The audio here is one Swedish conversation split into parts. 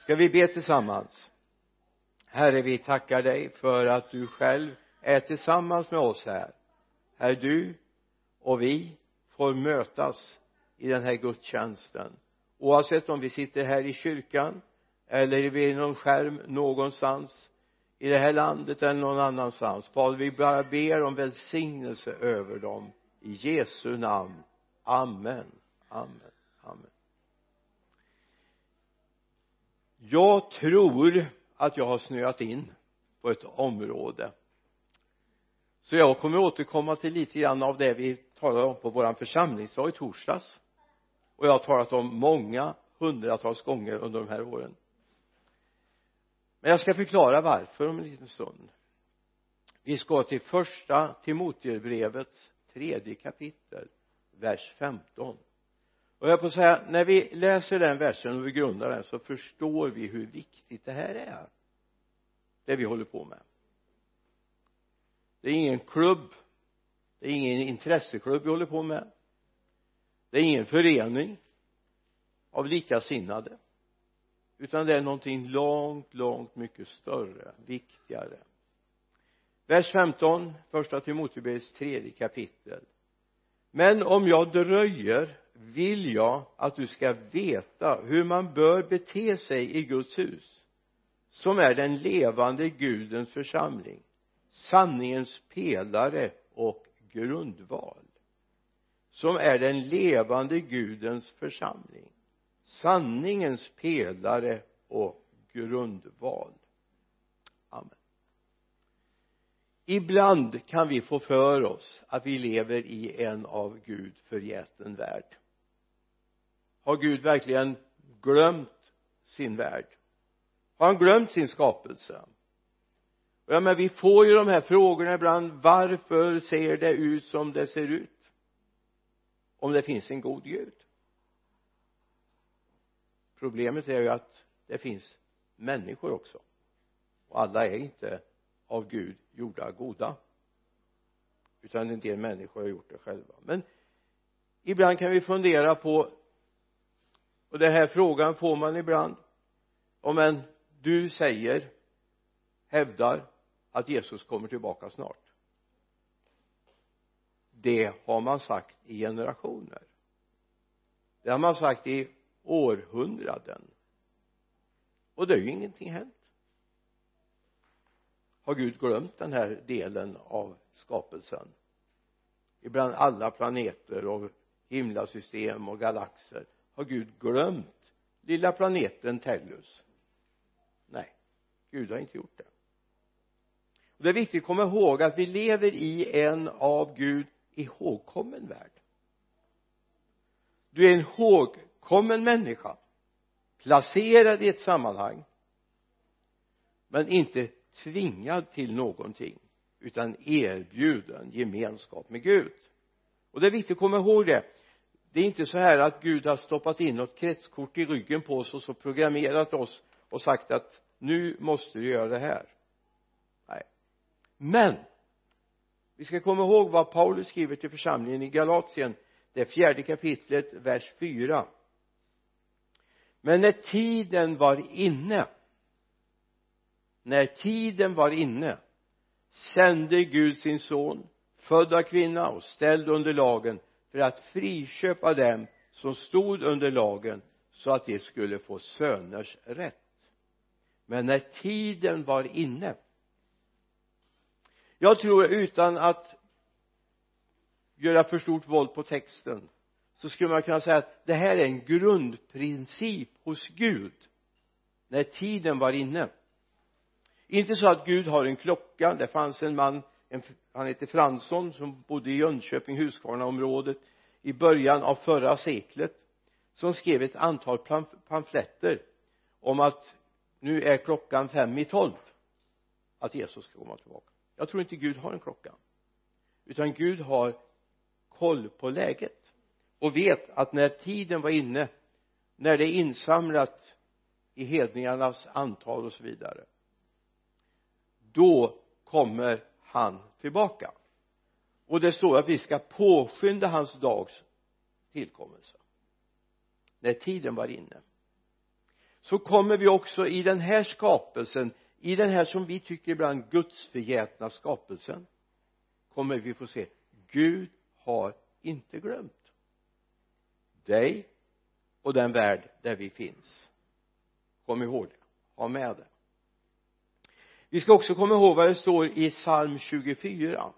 Ska vi be tillsammans? Herre, vi tackar dig för att du själv är tillsammans med oss här. Herre, du och vi får mötas i den här gudstjänsten. Oavsett om vi sitter här i kyrkan eller vid någon skärm någonstans i det här landet eller någon annanstans. Fader, vi bara ber om välsignelse över dem. I Jesu namn. Amen. Amen. Amen. Jag tror att jag har snöat in på ett område. Så jag kommer återkomma till lite grann av det vi talade om på våran församlingsdag i torsdags. Och jag har talat om många hundratals gånger under de här åren. Men jag ska förklara varför om en liten stund. Vi ska till första Timoteusbrevets 3:e kapitel, vers 15. Och jag får säga, när vi läser den versen och vi grundar den så förstår vi hur viktigt det här är. Det vi håller på med. Det är ingen klubb. Det är ingen intresseklubb vi håller på med. Det är ingen förening av likasinnade. Utan det är någonting långt mycket större, viktigare. Vers 15, första Timoteusbrevets 3:e kapitel. Men om jag dröjer vill jag att du ska veta hur man bör bete sig i Guds hus, som är den levande Gudens församling, sanningens pelare och grundval. Som är den levande Gudens församling, sanningens pelare och grundval. Amen. Ibland kan vi få för oss att vi lever i en av Gud förgäten värld. Har Gud verkligen glömt sin värld? Har han glömt sin skapelse? Ja, men vi får ju de här frågorna ibland. Varför ser det ut som det ser ut? Om det finns en god Gud. Problemet är ju att det finns människor också. Och alla är inte av Gud gjorda goda. Utan en del människor har gjort det själva. Men ibland kan vi fundera på, och den här frågan får man ibland, om du hävdar att Jesus kommer tillbaka snart. Det har man sagt i generationer. Det har man sagt i århundraden. Och det är ju ingenting hänt. Har Gud glömt den här delen av skapelsen? Ibland alla planeter och himlasystem och galaxer. Har Gud glömt lilla planeten Tellus? Nej, Gud har inte gjort det. Och det är viktigt att komma ihåg att vi lever i en av Gud ihågkommen värld. Du är en ihågkommen människa, placerad i ett sammanhang, men inte tvingad till någonting, utan erbjuden gemenskap med Gud. Och det är viktigt att komma ihåg det. Det är inte så här att Gud har stoppat in något kretskort i ryggen på oss och så programmerat oss och sagt att nu måste du göra det här. Nej. Men vi ska komma ihåg vad Paulus skriver till församlingen i Galatien, det 4:e kapitlet, vers 4. Men när tiden var inne sände Gud sin son, född av kvinna och ställd under lagen, för att friköpa dem som stod under lagen, så att de skulle få söners rätt. Men när tiden var inne. Jag tror, utan att göra för stort våld på texten, så skulle man kunna säga att det här är en grundprincip hos Gud. När tiden var inne. Inte så att Gud har en klocka. Det fanns en man, han heter Fransson, som bodde i Jönköping, Huskvarnaområdet, i början av förra seklet, som skrev ett antal pamfletter om att nu är klockan 11:55 att Jesus ska komma tillbaka. Jag tror inte Gud har en klocka, utan Gud har koll på läget och vet att när tiden var inne, när det är insamlat i hedningarnas antal och så vidare, då kommer han tillbaka. Och det står att vi ska påskynda hans dags tillkommelse när tiden var inne. så kommer vi också i den här skapelsen, i den här som vi tycker ibland gudsförgätna skapelsen, kommer vi få se Gud har inte glömt dig och den värld där vi finns. Kom ihåg det, ha med det. Vi ska också komma ihåg vad det står i psalm 24,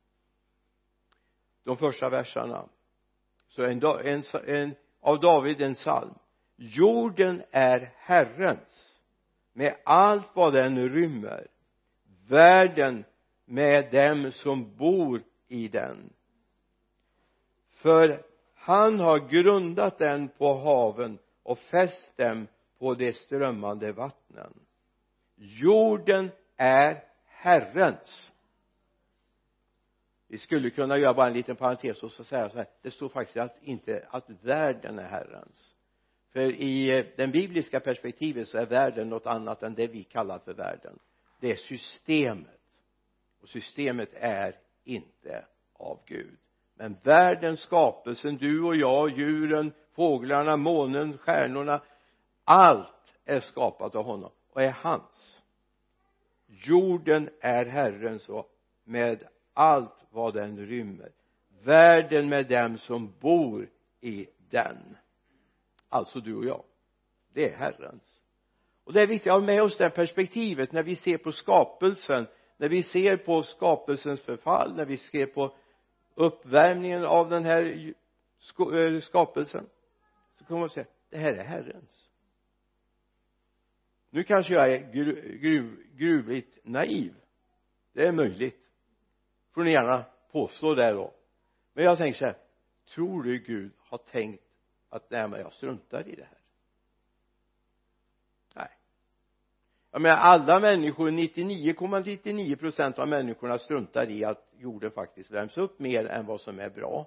de första verserna. Så en av David, en psalm. Jorden är Herrens med allt vad den rymmer, världen med dem som bor i den. För han har grundat den på haven och fäst dem på de strömmande vattnen. Jorden är Herrens. Vi skulle kunna göra bara en liten parentes och så säga så här, det står faktiskt inte att världen är Herrens. För i den bibliska perspektivet så är världen något annat än det vi kallar för världen. Det är systemet. Och systemet är inte av Gud. Men världen, skapelsen, du och jag, djuren, fåglarna, månen, stjärnorna, allt är skapat av honom och är hans. Jorden är Herrens och med allt vad den rymmer, världen med dem som bor i den. Alltså du och jag, det är Herrens. Och det är viktigt att ha med oss det perspektivet när vi ser på skapelsen, när vi ser på skapelsens förfall, när vi ser på uppvärmningen av den här skapelsen, så kommer man säga, det här är Herrens. Nu kanske jag är gruvligt naiv, det är möjligt, får ni gärna påstå det då, men jag tänker så här, tror du Gud har tänkt att nej, men jag struntar i det här? Nej. Jag menar, alla människor, 99,99% av människorna struntar i att jorden faktiskt värms upp mer än vad som är bra.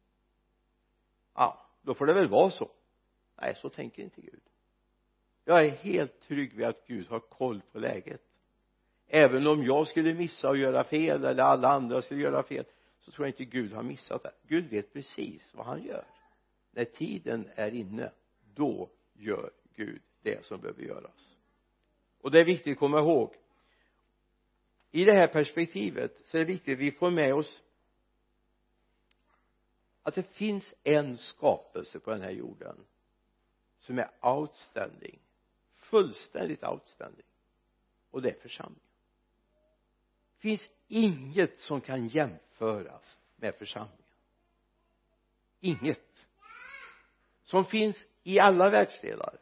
Ja, då får det väl vara så. Nej, så tänker inte Gud. Jag är helt trygg vid att Gud har koll på läget. Även om jag skulle missa och göra fel, eller alla andra skulle göra fel, så tror jag inte Gud har missat det. Gud vet precis vad han gör. När tiden är inne, då gör Gud det som behöver göras. Och det är viktigt att komma ihåg. I det här perspektivet så är det viktigt att vi får med oss att det finns en skapelse på den här jorden som är outstanding, fullständigt outstanding, och det är församlingen. Det finns inget som kan jämföras med församlingen. Inget som finns i alla världsdelar,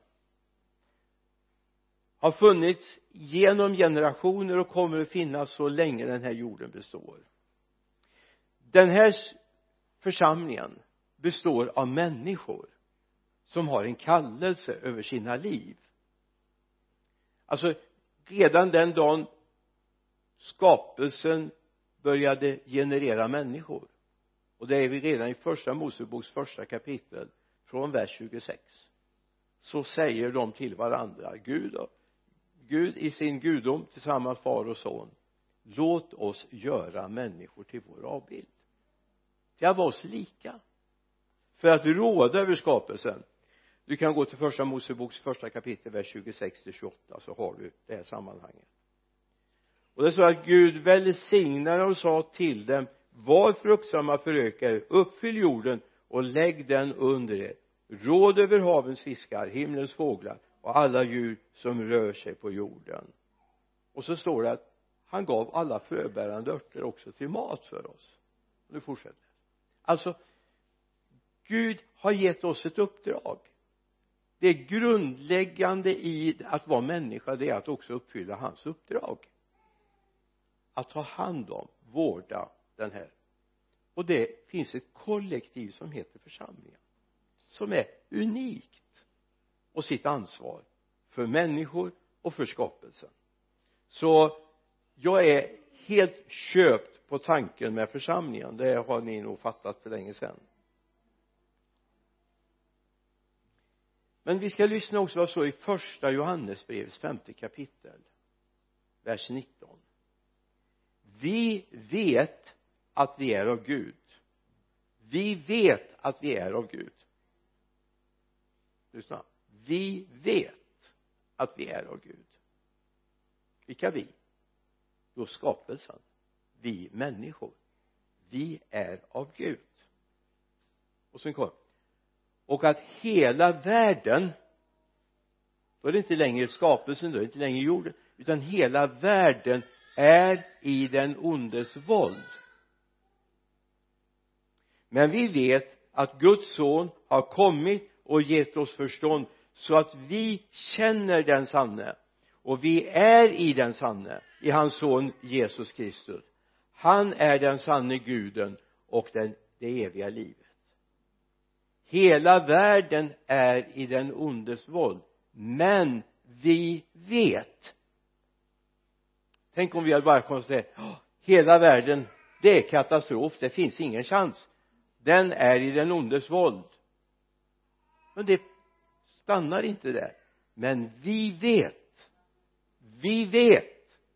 har funnits genom generationer och kommer att finnas så länge den här jorden består. Den här församlingen består av människor som har en kallelse över sina liv. Alltså redan den dagen skapelsen började generera människor, och det är vi redan i första Moseboks första kapitel från vers 26, så säger de till varandra, Gud i sin gudom tillsammans far och son, låt oss göra människor till vår avbild, till att vara oss lika, för att råda över skapelsen. Du kan gå till första Moseboks första kapitel vers 26-28, så har du det här sammanhanget. Och det står att Gud välsignade och sa till dem, var fruktsamma, föröka er, uppfyll jorden och lägg den under er, råd över havens fiskar, himlens fåglar och alla djur som rör sig på jorden. Och så står det att han gav alla fröbärande örter också till mat för oss. Nu fortsätter. Alltså Gud har gett oss ett uppdrag. Det grundläggande i att vara människa, det är att också uppfylla hans uppdrag, att ta hand om, vårda den här. Och det finns ett kollektiv som heter församlingen, som är unikt och sitt ansvar för människor och för skapelsen. Så jag är helt köpt på tanken med församlingen. Det har ni nog fattat för länge sedan. Men vi ska lyssna också vad så i första Johannesbrevets 5:e kapitel vers 19. Vi vet att vi är av Gud. Vi vet att vi är av Gud. Lyssna. Vi vet att vi är av Gud. Vilka vi? Då skapelsen. Vi människor. Vi är av Gud. Och sen kommer. Och att hela världen, då är det inte längre skapelsen, då är det inte längre jorden, utan hela världen är i den ondes våld. Men vi vet att Guds son har kommit och gett oss förstånd så att vi känner den sanne, och vi är i den sanne, i hans son Jesus Kristus. Han är den sanne guden och det eviga livet. Hela världen är i den ondes våld, men vi vet. Tänk om vi hade bara konstaterat, hela världen, det är katastrof, det finns ingen chans, den är i den ondes våld. Men det stannar inte där. Men vi vet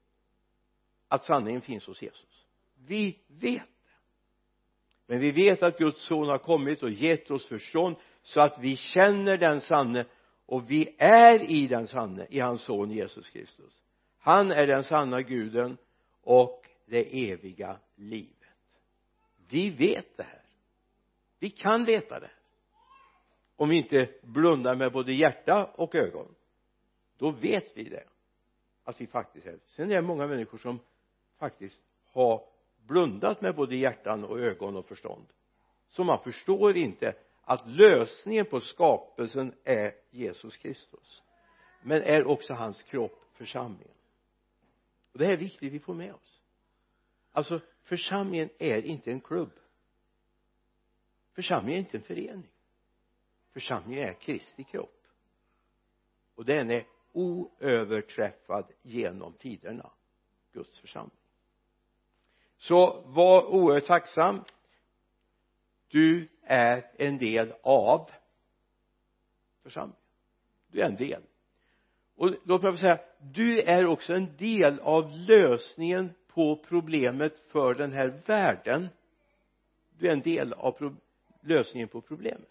att sanningen finns hos Jesus. Vi vet det. Men vi vet att Guds son har kommit och gett oss förstånd så att vi känner den sanne, och vi är i den sanne, i hans son Jesus Kristus. Han är den sanna guden och det eviga livet. Vi vet det här. Vi kan veta det. Om vi inte blundar med både hjärta och ögon, då vet vi det, att vi faktiskt är. Sen är det många människor som faktiskt har blundat med både hjärtan och ögon och förstånd, så man förstår inte att lösningen på skapelsen är Jesus Kristus, men är också hans kropp, församlingen. Och det är viktigt vi får med oss. Alltså, församlingen är inte en klubb. Församlingen är inte en förening. Församlingen är Kristi kropp, och den är oöverträffad genom tiderna, Guds församling. Så var oerhört tacksam. Du är en del av församlingen. Du är en del. Och låt mig säga, du är också en del av lösningen på problemet för den här världen. Du är en del av lösningen på problemet,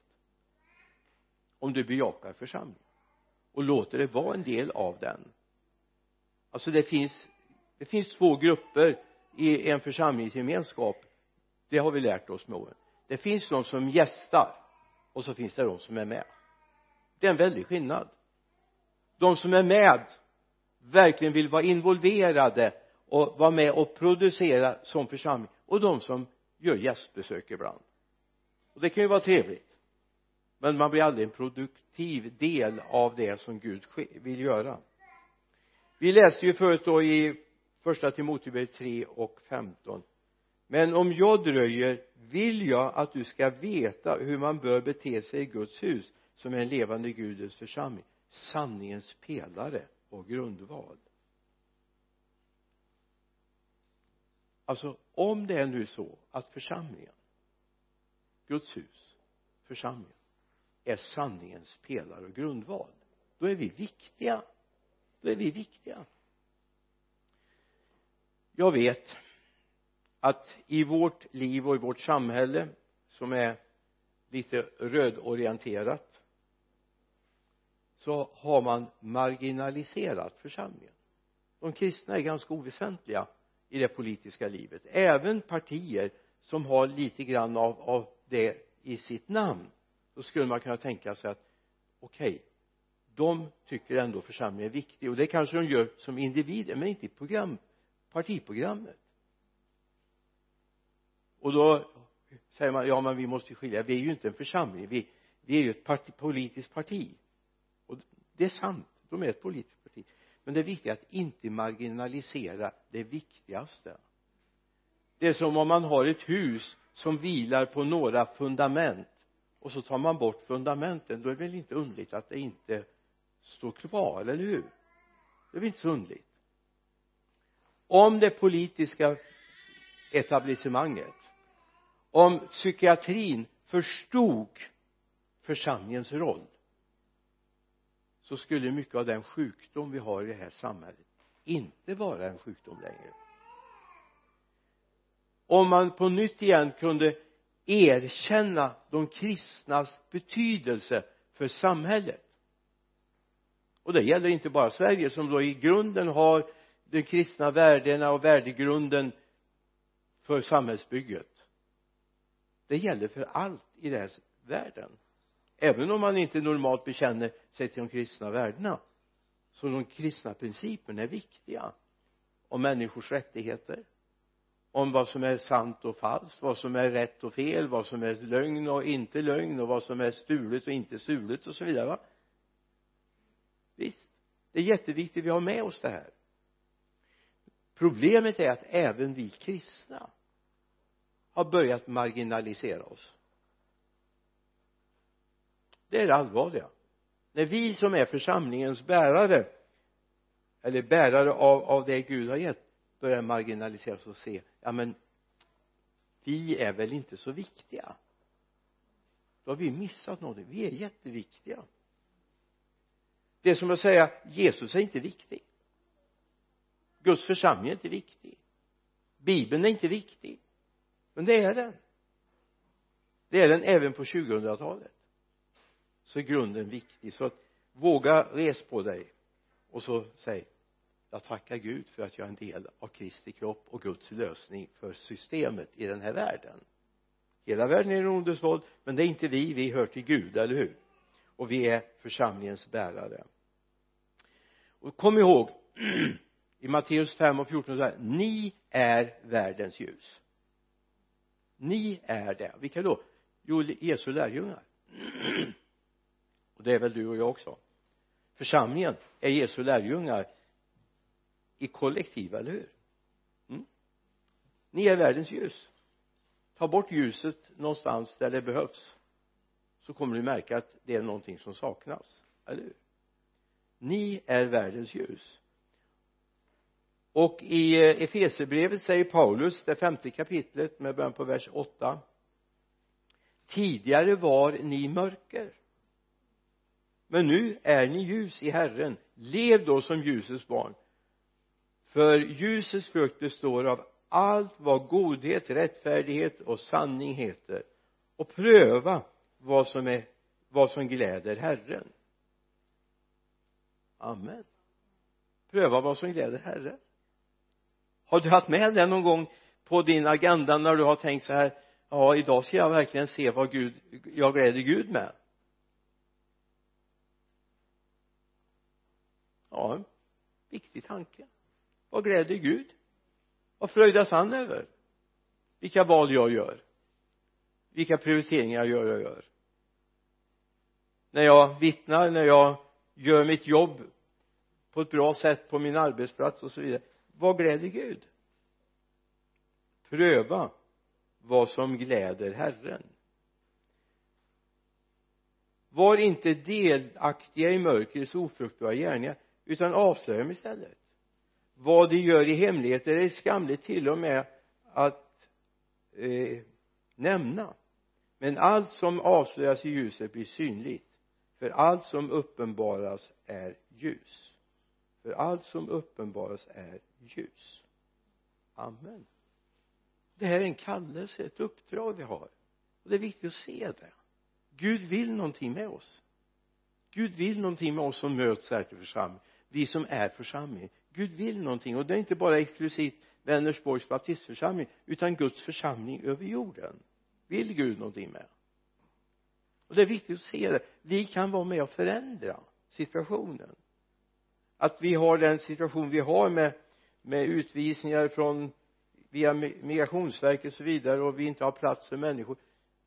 om du bejakar församlingen och låter det vara en del av den. Alltså det finns två grupper i en församlingsgemenskap. Det har vi lärt oss med åren. Det finns de som gästar, och så finns det de som är med. Det är en väldig skillnad. De som är med verkligen vill vara involverade och vara med och producera som församling, och de som gör gästbesök ibland. Och det kan ju vara trevligt, men man blir aldrig en produktiv del av det som Gud vill göra. Vi läste ju förut då i första Timoteusbrevet 3 och 15. Men om jag dröjer vill jag att du ska veta hur man bör bete sig i Guds hus, som är en levande Gudens församling, sanningens pelare och grundval. Alltså, om det är nu så att församlingen, Guds hus, församlingen, är sanningens pelare och grundval, då är vi viktiga. Jag vet att i vårt liv och i vårt samhälle, som är lite rödorienterat, så har man marginaliserat församlingen. De kristna är ganska oväsentliga i det politiska livet. Även partier som har lite grann av det i sitt namn, då skulle man kunna tänka sig att okej, de tycker ändå församlingen är viktig, och det kanske de gör som individer, men inte i partiprogrammet. Och då säger man, ja men vi måste skilja, vi är ju inte en församling, vi är ju ett politiskt parti. Och det är sant, de är ett politiskt parti, men det är viktigt att inte marginalisera det viktigaste. Det är som om man har ett hus som vilar på några fundament, och så tar man bort fundamenten, då är det väl inte underligt att det inte står kvar, eller hur? Det är väl inte så underligt. Om det politiska etablissemanget, om psykiatrin förstod församlingens roll, så skulle mycket av den sjukdom vi har i det här samhället inte vara en sjukdom längre. Om man på nytt igen kunde erkänna de kristnas betydelse för samhället, Och det gäller inte bara Sverige som då i grunden har de kristna värdena och värdegrunden för samhällsbygget. Det gäller för allt i den här världen. Även om man inte normalt bekänner sig till de kristna värdena, så de kristna principerna är viktiga. Om människors rättigheter, om vad som är sant och falskt, vad som är rätt och fel, vad som är lögn och inte lögn, och vad som är stulet och inte stulet och så vidare, va? Visst, det är jätteviktigt vi har med oss det här. Problemet är att även vi kristna har börjat marginalisera oss. Det är det allvarliga. När vi som är församlingens bärare, eller bärare av det Gud har gett, börjar marginaliseras och se, ja men vi är väl inte så viktiga. Då har vi missat något. Vi är jätteviktiga. Det är som att säga, Jesus är inte viktig. Guds församling är inte viktig. Bibeln är inte viktig. Men det är den. Det är den även på 2000-talet. Så är grunden viktig. Så att våga res på dig. Och så säg, jag tackar Gud för att jag är en del av Kristi kropp och Guds lösning för systemet i den här världen. Hela världen är en ondes våld, men det är inte vi hör till Gud, eller hur? Och vi är församlingens bärare. Och kom ihåg, i Matteus 5 och 14 så här, ni är världens ljus. Ni är det. Vilka då? Jo, Jesu lärjungar. Och det är väl du och jag också. Församlingen är Jesu lärjungar i kollektiv, eller hur? Ni är världens ljus. Ta bort ljuset någonstans där det behövs, så kommer du märka att det är någonting som saknas, eller hur? Ni är världens ljus. Och i Efesierbrevet säger Paulus, det 5:e kapitlet med början på vers 8, tidigare var ni mörker, men nu är ni ljus i Herren. Lev då som ljusets barn, för ljusets frukt består av allt vad godhet, rättfärdighet och sanning heter, och pröva vad som gläder Herren. Amen. Pröva vad som gläder Herren. Har du haft med det någon gång på din agenda när du har tänkt så här, ja, idag ska jag verkligen se vad jag gläder Gud med? Ja, viktig tanke. Vad gläder Gud? Vad fröjdas han över? Vilka val jag gör? Vilka prioriteringar jag gör? När jag vittnar, när jag gör mitt jobb på ett bra sätt på min arbetsplats och så vidare. Vad gläder Gud? Pröva vad som gläder Herren. Var inte delaktiga i mörkrets ofruktbara gärningar, utan avslöja dem istället. Vad de gör i hemlighet är skamligt till och med att nämna. Men allt som avslöjas i ljuset blir synligt. För allt som uppenbaras är ljus. För allt som uppenbaras är ljus. Amen. Det här är en kallelse, ett uppdrag vi har. Och det är viktigt att se det. Gud vill någonting med oss. Gud vill någonting med oss som möts här till församling. Vi som är församling. Gud vill någonting. Och det är inte bara exklusivt Vänersborgs baptistförsamling, utan Guds församling över jorden. Vill Gud någonting med. Och det är viktigt att se det. Vi kan vara med och förändra situationen. Att vi har den situation vi har med utvisningar från via Migrationsverket och så vidare, och vi inte har plats för människor.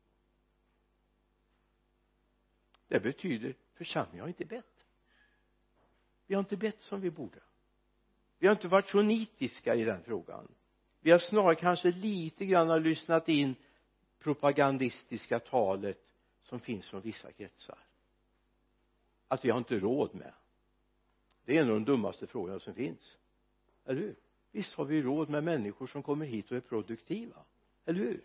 Det betyder församlingen har inte bett. Vi har inte bett som vi borde. Vi har inte varit så nitiska i den frågan. Vi har snarare kanske lite grann lyssnat in propagandistiska talet som finns från vissa kretsar. Att vi har inte råd med. Det är en av de dummaste frågorna som finns. Eller hur? Visst har vi råd med människor som kommer hit och är produktiva. Eller hur?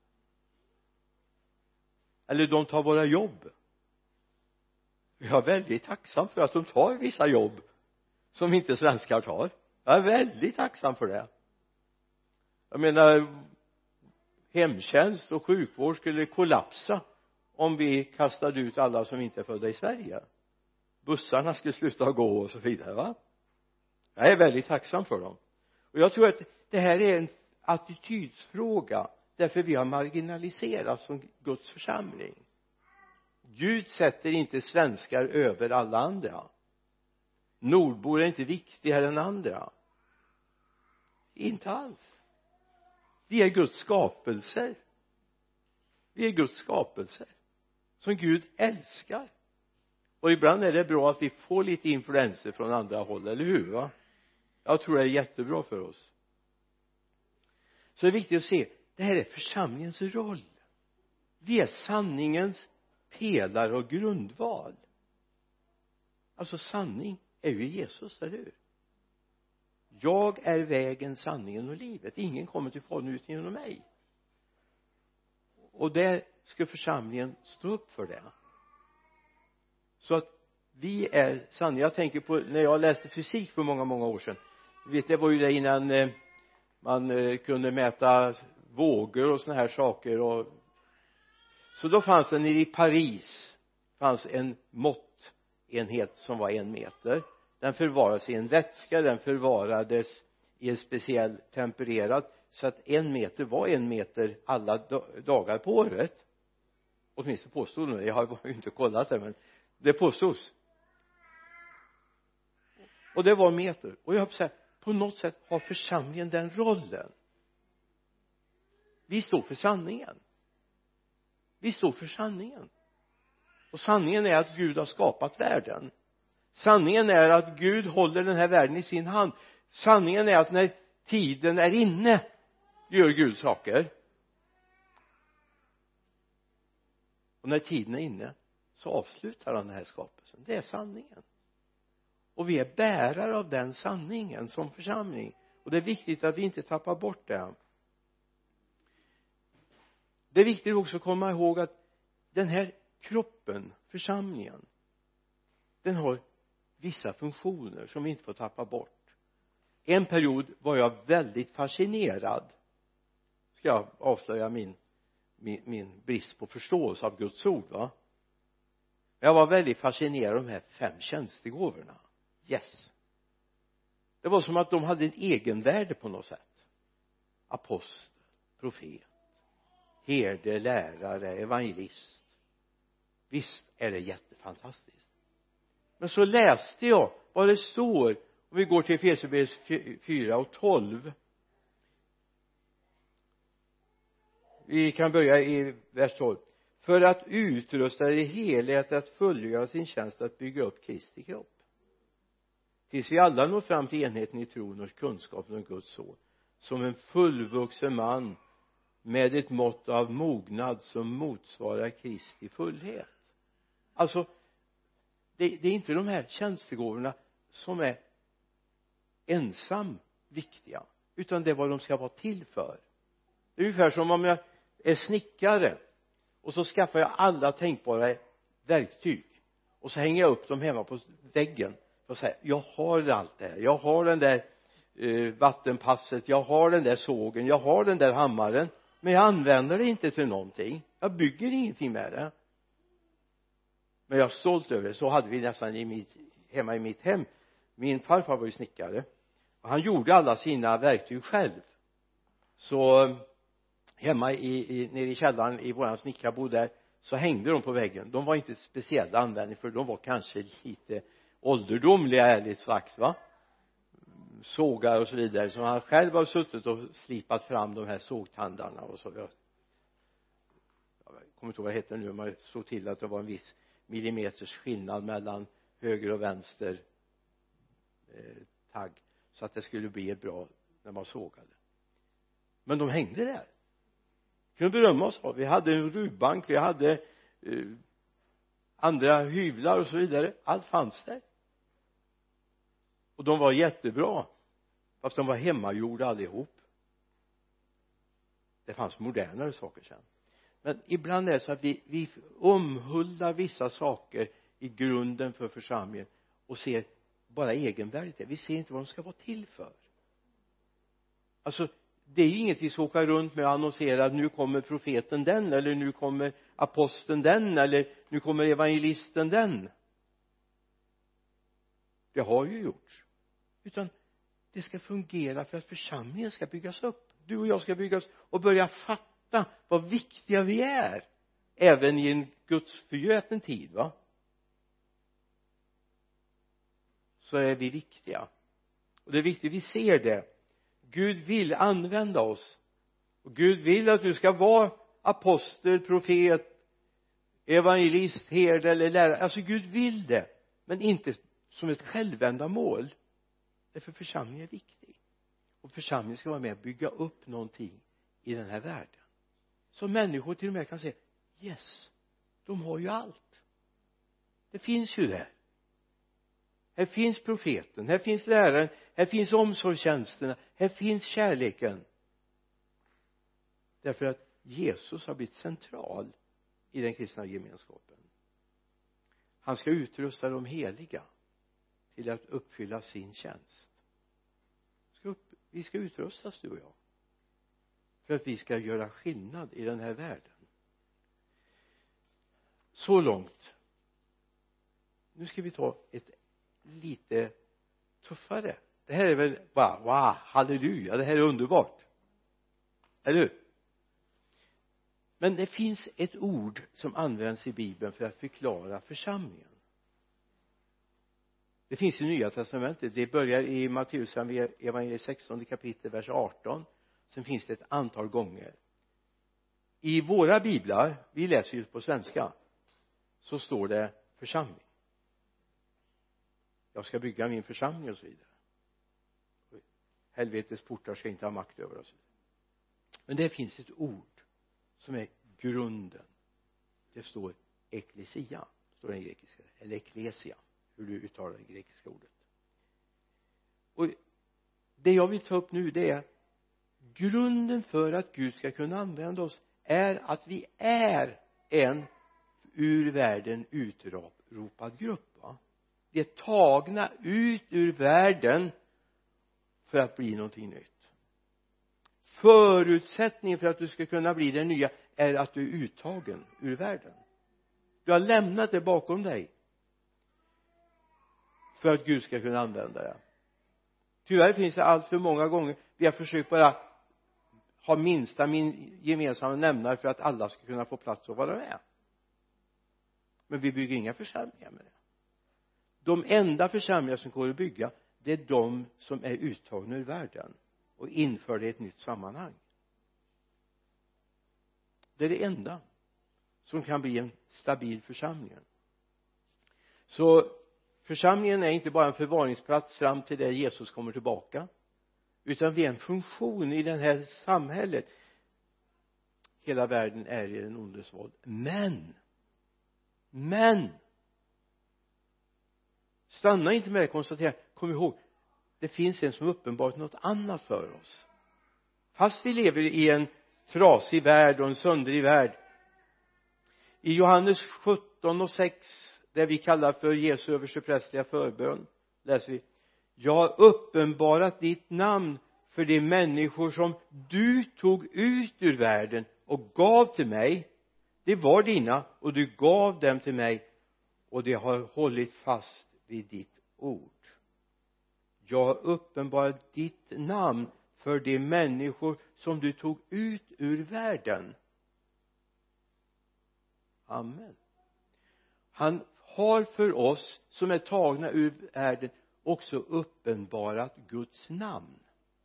Eller de tar våra jobb. Jag är väldigt tacksam för att de tar vissa jobb som inte svenskar tar. Jag är väldigt tacksam för det. Jag menar, hemtjänst och sjukvård skulle kollapsa om vi kastade ut alla som inte är födda i Sverige. bussarna skulle sluta gå och så vidare, va. Jag är väldigt tacksam för dem. Och jag tror att det här är en attitydsfråga, därför vi har marginaliserats som Guds församling. Gud sätter inte svenskar över alla andra. Nordbor är inte viktigare än andra. Inte alls. Vi är Guds skapelser. Vi är Guds skapelser som Gud älskar. Och ibland är det bra att vi får lite influenser från andra håll, eller hur, va? Jag tror det är jättebra för oss. Så det är viktigt att se, det här är församlingens roll. Vi är sanningens pelare och grundval. Alltså sanning är ju Jesus, eller hur? Jag är vägen, sanningen och livet. Ingen kommer till Fadern utan genom mig. Och där ska församlingen stå upp för det. Så att vi är sanning. Jag tänker på när jag läste fysik för många år sedan. Vet, det var ju det innan man kunde mäta vågor och såna här saker. Och så då fanns det nere i Paris fanns en måttenhet som var 1 meter. Den förvarades i en vätska, den förvarades i en speciell tempererad, så att 1 meter var 1 meter alla dagar på året. Åtminstone påstod det. Jag har ju inte kollat det, men det påstods. Och det var meter. Och jag har sagt, på något sätt har församlingen den rollen. Vi står för sanningen. Vi står för sanningen. Och sanningen är att Gud har skapat världen. Sanningen är att Gud håller den här världen i sin hand. Sanningen är att när tiden är inne gör Gud saker. Och när tiden är inne så avslutar han den här skapelsen. Det är sanningen. Och vi är bärare av den sanningen som församling. Och det är viktigt att vi inte tappar bort det. Det är viktigt också att komma ihåg att den här kroppen, församlingen, den har vissa funktioner som vi inte får tappa bort. En period var jag väldigt fascinerad. Ska jag avslöja min brist på förståelse av Guds ord, va? Jag var väldigt fascinerad av de här 5 tjänstegåvorna. Yes. Det var som att de hade ett egenvärde på något sätt. Apostel, profet, herde, lärare, evangelist. Visst är det jättefantastiskt. Men så läste jag vad det står, och vi går till Efesierbrevet 4:12. Vi kan börja i vers 12. För att utrusta er i helhet att fullgöra sin tjänst att bygga upp Kristi kropp. Tills vi alla når fram till enheten i tron och kunskapen om Guds son. Som en fullvuxen man med ett mått av mognad som motsvarar Kristi fullhet. Alltså det är inte de här tjänstegåvorna som är ensam viktiga, utan det är vad de ska vara till för. Det är ungefär som om jag är snickare och så skaffar jag alla tänkbara verktyg och så hänger jag upp dem hemma på väggen och säger, jag har allt det här, jag har den där vattenpasset, jag har den där sågen, jag har den där hammaren, men jag använder det inte till någonting. Jag bygger ingenting med det. Men jag är stolt över det. Så hade vi nästan hemma i mitt hem. Min farfar var ju snickare och han gjorde alla sina verktyg själv. Så hemma nere i källaren i våran snickrarbod där, så hängde de på väggen. De var inte speciell användning, för de var kanske lite ålderdomliga, ärligt sagt, va, sågar och så vidare, som han själv har suttit och slipat fram de här sågtandarna och så. Jag kommer inte ihåg vad det heter nu, man såg till att det var en viss millimeters skillnad mellan höger och vänster tagg, så att det skulle bli bra när man sågade. Men de hängde där. Vi kunde berömma oss av. Vi hade en rubbank, vi hade andra hyvlar och så vidare. Allt fanns där. Och de var jättebra, fast de var hemmagjorda allihop. Det fanns modernare saker sen. Men ibland är det så att vi omhuldar vissa saker i grunden för församlingen och ser bara egenvärdet. Vi ser inte vad de ska vara till för. Alltså det är ju inget vi ska åka runt med och annonsera att nu kommer profeten den, eller nu kommer aposteln den, eller nu kommer evangelisten den. det har ju gjorts, utan det ska fungera för att församlingen ska byggas upp. Du och jag ska byggas och börja fatta vad viktiga vi är även i en Guds förgöten tid, va, så är vi viktiga. Och det är viktigt vi ser det. Gud vill använda oss, och Gud vill att du ska vara apostel, profet, evangelist, herde eller lärare. Alltså Gud vill det, men inte som ett självändamål. Därför församlingen är viktig, och församlingen ska vara med och bygga upp någonting i den här världen, så människor till och med kan säga yes, de har ju allt, det finns ju där. Här finns profeten, här finns läraren, här finns omsorgstjänsterna, här finns kärleken, därför att Jesus har blivit central i den kristna gemenskapen. Han ska utrusta de heliga till att uppfylla sin tjänst. Vi ska utrustas, du och jag, för att vi ska göra skillnad i den här världen. Så långt. Nu ska vi ta ett lite tuffare. Det här är väl bara wow, halleluja, det här är underbart, eller hur? Men det finns ett ord som används i Bibeln för att förklara församlingen. Det finns i Nya testamentet. Det börjar i Matteus evangeliet 16 kapitel vers 18. Sen finns det ett antal gånger. I våra biblar, vi läser ju på svenska, så står det församling. Jag ska bygga min församling och så vidare. Helvetets portar ska inte ha makt över oss. Men det finns ett ord som är grunden. Det står eklesia, står det i grekiska, eller eklesia, hur du uttalar det grekiska ordet. Och det jag vill ta upp nu, det är grunden för att Gud ska kunna använda oss är att vi är en ur världen utropad grupp, va? Vi är tagna ut ur världen för att bli någonting nytt. Förutsättningen för att du ska kunna bli den nya är att du är uttagen ur världen. Du har lämnat det bakom dig för att Gud ska kunna använda det. Tyvärr finns det allt för många gånger vi har försökt bara ha minsta gemensamma nämnare för att alla ska kunna få plats att vara med. Men vi bygger inga församlingar med det. De enda församlingar som går att bygga, det är de som är uttagna ur världen och inför det i ett nytt sammanhang. Det är det enda som kan bli en stabil församling. Så församlingen är inte bara en förvaringsplats fram till där Jesus kommer tillbaka, utan vi är en funktion i det här samhället. Hela världen är i den ondes våld. Men stanna inte med att konstatera, kom ihåg, det finns en som uppenbart något annat för oss. Fast vi lever i en trasig värld och en söndrig värld. I Johannes 17:6, det vi kallar för Jesu översteprästerliga förbön, läser vi: jag har uppenbarat ditt namn för de människor som du tog ut ur världen och gav till mig. Det var dina och du gav dem till mig, och de har hållit fast vid ditt ord. Jag har uppenbarat ditt namn för de människor som du tog ut ur världen. Amen. Han har för oss som är tagna ur världen också uppenbarat Guds namn.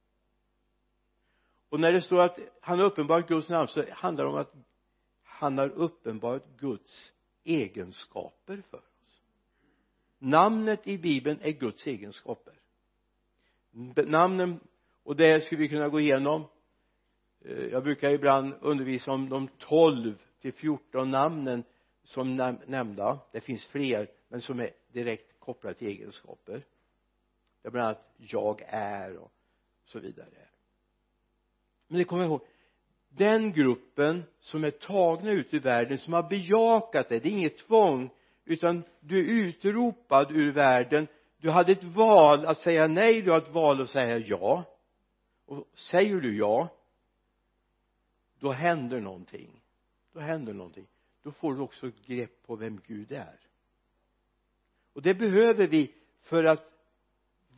Och när det står att han har uppenbarat Guds namn, så handlar det om att han har uppenbarat Guds egenskaper för oss. Namnet i Bibeln är Guds egenskaper. Namnen, och det skulle vi kunna gå igenom. Jag brukar ibland undervisa om de 12-14 namnen som nämnda. Det finns fler, men som är direkt kopplade till egenskaper. Det är bland annat jag är och så vidare. Men det kommer jag ihåg, den gruppen som är tagna ut i världen, som har bejakat det, det är inget tvång, utan du är utropad ur världen. Du hade ett val att säga nej, du har ett val att säga ja. Och säger du ja, då händer någonting. Då får du också grepp på vem Gud är. Och det behöver vi för att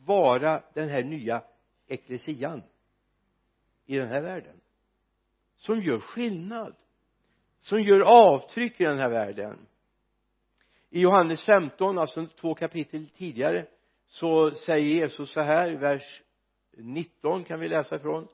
vara den här nya eklesian i den här världen, som gör skillnad, som gör avtryck i den här världen. I Johannes 15, alltså 2 kapitel tidigare, så säger Jesus så här, vers 19 kan vi läsa ifrån: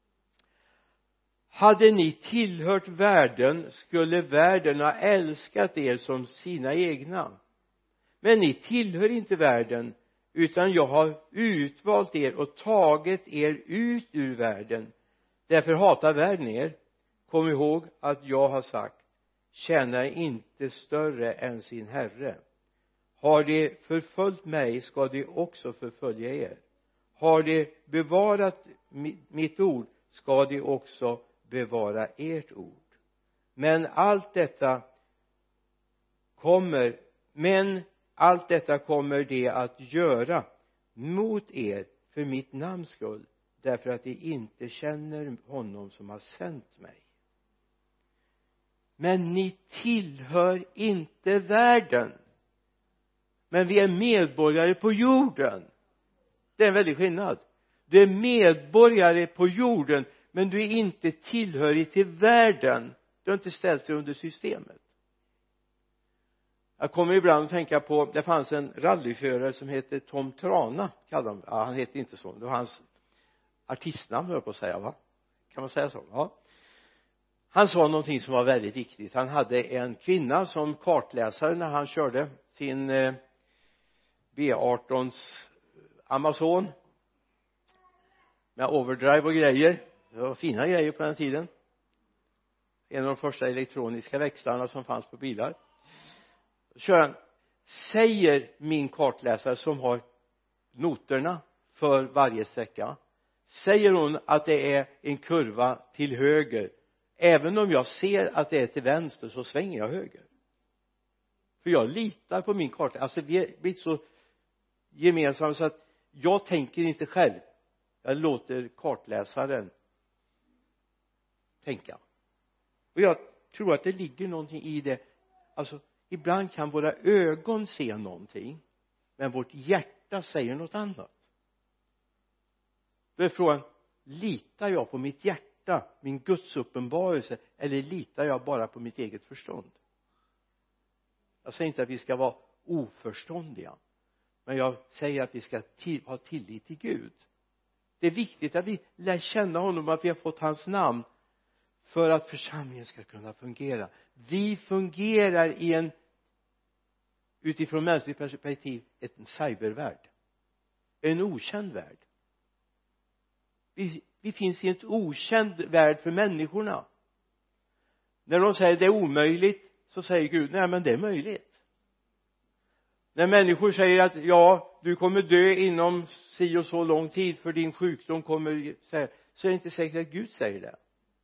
hade ni tillhört världen skulle världen ha älskat er som sina egna, men ni tillhör inte världen, utan jag har utvalt er och tagit er ut ur världen. Därför hatar världen er. Kom ihåg att jag har sagt: tjänar inte större än sin herre. Har de förföljt mig ska de också förfölja er. Har de bevarat mitt ord ska de också bevara ert ord. Men allt detta kommer de att göra mot er för mitt namns skull, därför att de inte känner honom som har sänt mig. Men ni tillhör inte världen, men vi är medborgare på jorden. Det är en väldig skillnad. Du är medborgare på jorden, men du är inte tillhörig till världen. Du har inte ställt dig under systemet. Jag kommer ibland att tänka på, det fanns en rallyförare som hette Tom Trana, kallade han hette inte så, det var hans artistnamn, höll jag på att säga, va? Kan man säga så? Ja. Han sa någonting som var väldigt viktigt. Han hade en kvinna som kartläsare när han körde sin B18s Amazon med overdrive och grejer. Det var fina grejer på den tiden. En av de första elektroniska växlarna som fanns på bilar. Kör han: säger min kartläsare som har noterna för varje sträcka, säger hon att det är en kurva till höger, även om jag ser att det är till vänster, så svänger jag höger, för jag litar på min karta. Alltså vi är blivit så gemensamma så att jag tänker inte själv, jag låter kartläsaren tänka. Och jag tror att det ligger någonting i det. Alltså ibland kan våra ögon se någonting, men vårt hjärta säger något annat. Då är frågan: litar jag på mitt hjärta, min Guds uppenbarelse, eller litar jag bara på mitt eget förstånd? Jag säger inte att vi ska vara oförståndiga, men jag säger att vi ska ha tillit till Gud. Det är viktigt att vi lär känna honom, att vi har fått hans namn, för att församlingen ska kunna fungera. Vi fungerar i en, utifrån mänskligt perspektiv, en cybervärld, en okänd värld. Vi finns i en okänd värld för människorna. När de säger det är omöjligt, så säger Gud: nej, men det är möjligt. När människor säger att ja, du kommer dö inom si och så lång tid, för din sjukdom kommer, så är det inte säkert att Gud säger det,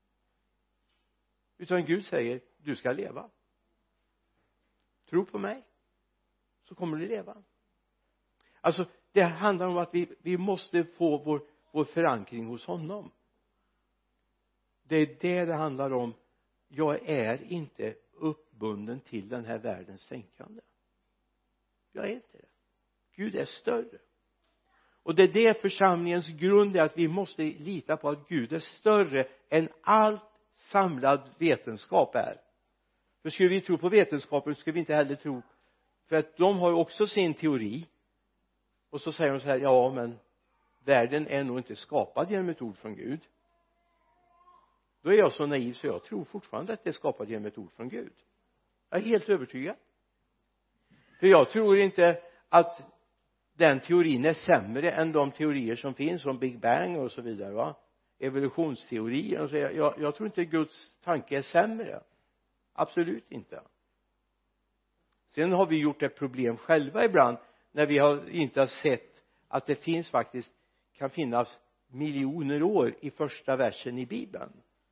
utan Gud säger: du ska leva, tro på mig, så kommer du leva. Alltså det handlar om att vi måste få vår förankring hos honom. Det är det handlar om. Jag är inte uppbunden till den här världens tänkande. Jag är inte det. Gud är större. Och det är det församlingens grund är, att vi måste lita på att Gud är större än allt samlad vetenskap är. För skulle vi tro på vetenskapen, skulle vi inte heller tro, för att de har ju också sin teori, och så säger de så här: ja, men världen är nog inte skapad genom ett ord från Gud. Då är jag så naiv så jag tror fortfarande att det är skapat genom ett ord från Gud. Jag är helt övertygad. För jag tror inte att den teorin är sämre än de teorier som finns om Big Bang och så vidare, va? Evolutionsteorier och så. Jag tror inte Guds tanke är sämre. Absolut inte. Sen har vi gjort ett problem själva ibland, när vi inte har sett att det kan finnas miljoner år i första versen i Bibeln.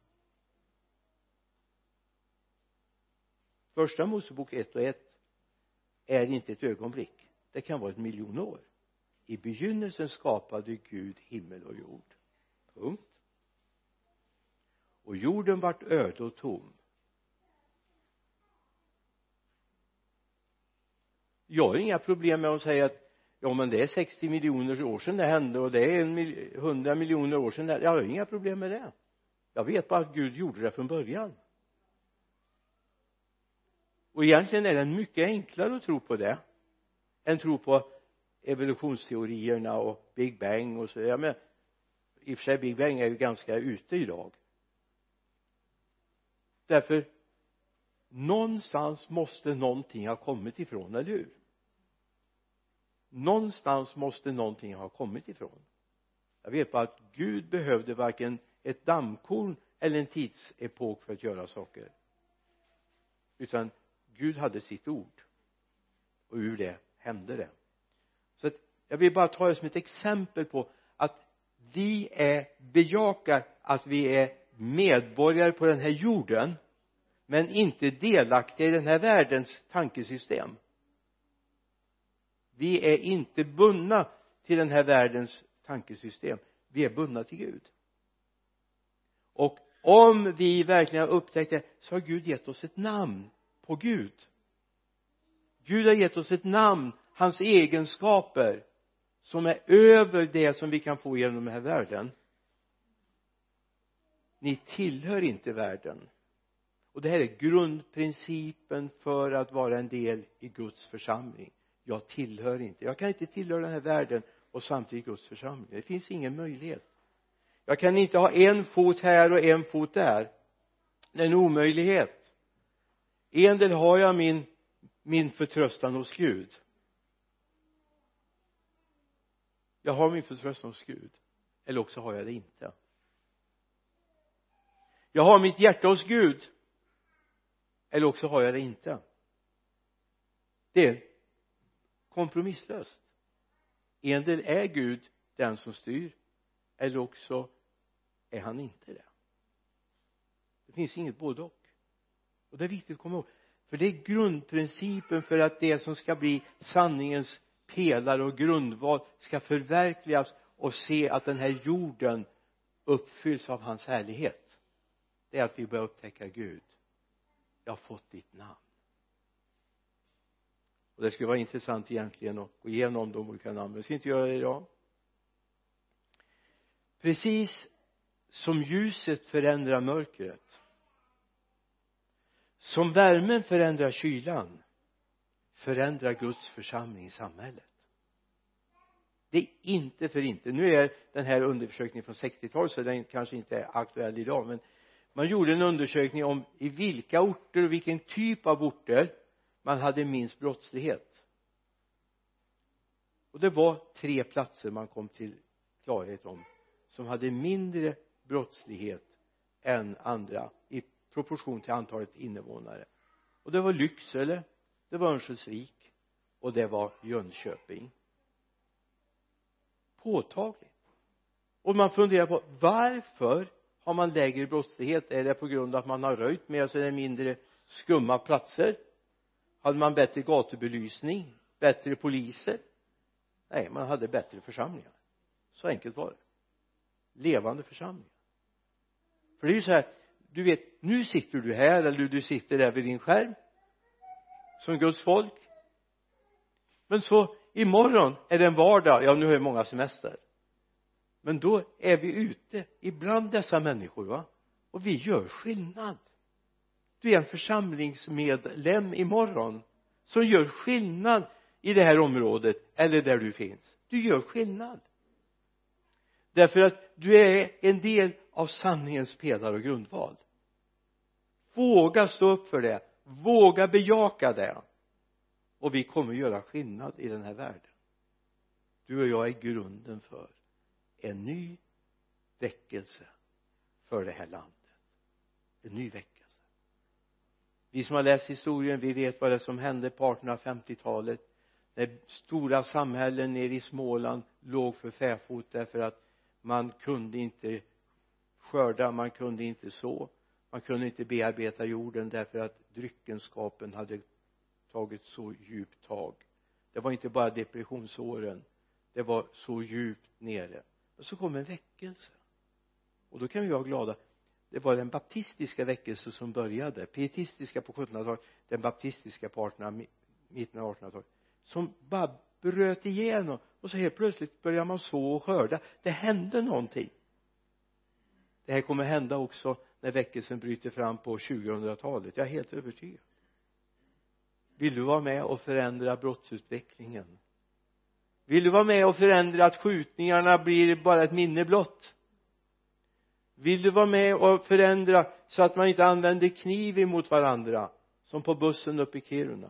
Första Mosebok 1:1 är inte ett ögonblick. Det kan vara 1 miljon år. I begynnelsen skapade Gud himmel och jord. Punkt. Och jorden vart öde och tom. Jag har inga problem med att säga att ja men det är 60 miljoner år sedan det hände och det är 100 miljoner år sedan jag har inga problem med det. Jag vet bara att Gud gjorde det från början. Och egentligen är det mycket enklare att tro på det än tro på evolutionsteorierna och Big Bang och så. Ja, men i och för sig Big Bang är ju ganska ute idag. Därför någonstans måste någonting ha kommit ifrån, eller hur? Någonstans måste någonting ha kommit ifrån. Jag vet bara att Gud behövde varken ett dammkorn eller en tidsepok för att göra saker, utan Gud hade sitt ord och ur det hände det. Så att jag vill bara ta det som ett exempel på att vi bejakar att vi är medborgare på den här jorden men inte delaktiga i den här världens tankesystem. Vi är inte bundna till den här världens tankesystem. Vi är bundna till Gud. Och om vi verkligen har upptäckt det, så har Gud gett oss ett namn på Gud. Gud har gett oss ett namn, hans egenskaper, som är över det som vi kan få genom den här världen. Ni tillhör inte världen. Och det här är grundprincipen för att vara en del i Guds församling. Jag tillhör inte. Jag kan inte tillhöra den här världen och samtidigt Guds församling. Det finns ingen möjlighet. Jag kan inte ha en fot här och en fot där. Det är en omöjlighet. En del har jag min förtröstan hos Gud. Jag har min förtröstan hos Gud. Eller också har jag det inte. Jag har mitt hjärta hos Gud. Eller också har jag det inte. Det är kompromisslöst. En del är Gud den som styr. Eller också är han inte det. Det finns inget både och det är viktigt att komma ihåg. För det är grundprincipen för att det som ska bli sanningens pelare och grundval ska förverkligas och se att den här jorden uppfylls av hans härlighet. Det är att vi börjar upptäcka Gud. Jag har fått ditt namn. Och det skulle vara intressant egentligen att gå igenom de olika namnen. Jag ska inte göra det idag. Precis som ljuset förändrar mörkret, som värmen förändrar kylan, förändrar Guds församling i samhället. Det är inte för inte. Nu är den här undersökningen från 60-talet, så den kanske inte är aktuell idag, men man gjorde en undersökning om i vilka orter och vilken typ av orter man hade minst brottslighet. Och det var 3 platser man kom till klarhet om som hade mindre brottslighet än andra i proportion till antalet invånare. Och det var Lycksele, det var Örnsköldsvik och det var Jönköping. Påtagligt. Och man funderar på varför har man lägre brottslighet? Är det på grund av att man har röjt med så är det mindre skumma platser? Hade man bättre gatubelysning? Bättre poliser? Nej, man hade bättre församlingar. Så enkelt var det. Levande församlingar. För det är ju så här, du vet, nu sitter du här eller du sitter där vid din skärm som Guds folk. Men så imorgon är det en vardag, ja nu har många semester. Men då är vi ute ibland dessa människor, va? Och vi gör skillnad. Du är en församlingsmedlem imorgon som gör skillnad i det här området eller där du finns. Du gör skillnad. Därför att du är en del av sanningens pelare och grundval. Våga stå upp för det. Våga bejaka det. Och vi kommer göra skillnad i den här världen. Du och jag är grunden för en ny väckelse för det här landet. En ny väckelse. Vi som har läst historien, vi vet vad det som hände på 1850-talet. När stora samhällen nere i Småland låg för fäfot därför att man kunde inte skörda, man kunde inte så. Man kunde inte bearbeta jorden därför att dryckenskapen hade tagit så djupt tag. Det var inte bara depressionsåren. Det var så djupt nere. Och så kom en väckelse. Och då kan vi vara glada. Det var den baptistiska väckelsen som började. Pietistiska på 1700-talet. Den baptistiska på mitten av 1800-talet. Som bara bröt igenom och så helt plötsligt börjar man så och skörda. Det hände någonting. Det här kommer hända också när väckelsen bryter fram på 2000-talet. Jag är helt övertygad. Vill du vara med och förändra brottsutvecklingen? Vill du vara med och förändra att skjutningarna blir bara ett minne blott? Vill du vara med och förändra så att man inte använder kniv emot varandra som på bussen uppe i Kiruna?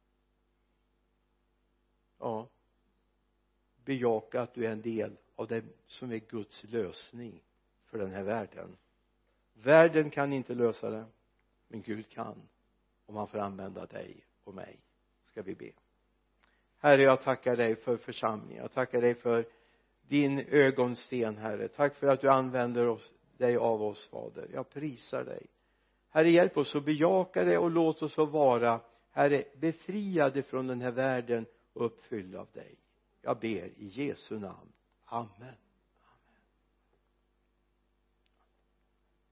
Ja, bejaka att du är en del av det som är Guds lösning för den här världen. Världen kan inte lösa det, men Gud kan, om han får använda dig och mig. Ska vi be. Herre, jag tackar dig för församlingen. Jag tackar dig för din ögonsten, Herre. Tack för att du använder dig av oss, Fader. Jag prisar dig. Herre, hjälp oss att bejaka det och låt oss få vara, Herre, befriade från den här världen och uppfyllda av dig. Jag ber i Jesu namn. Amen.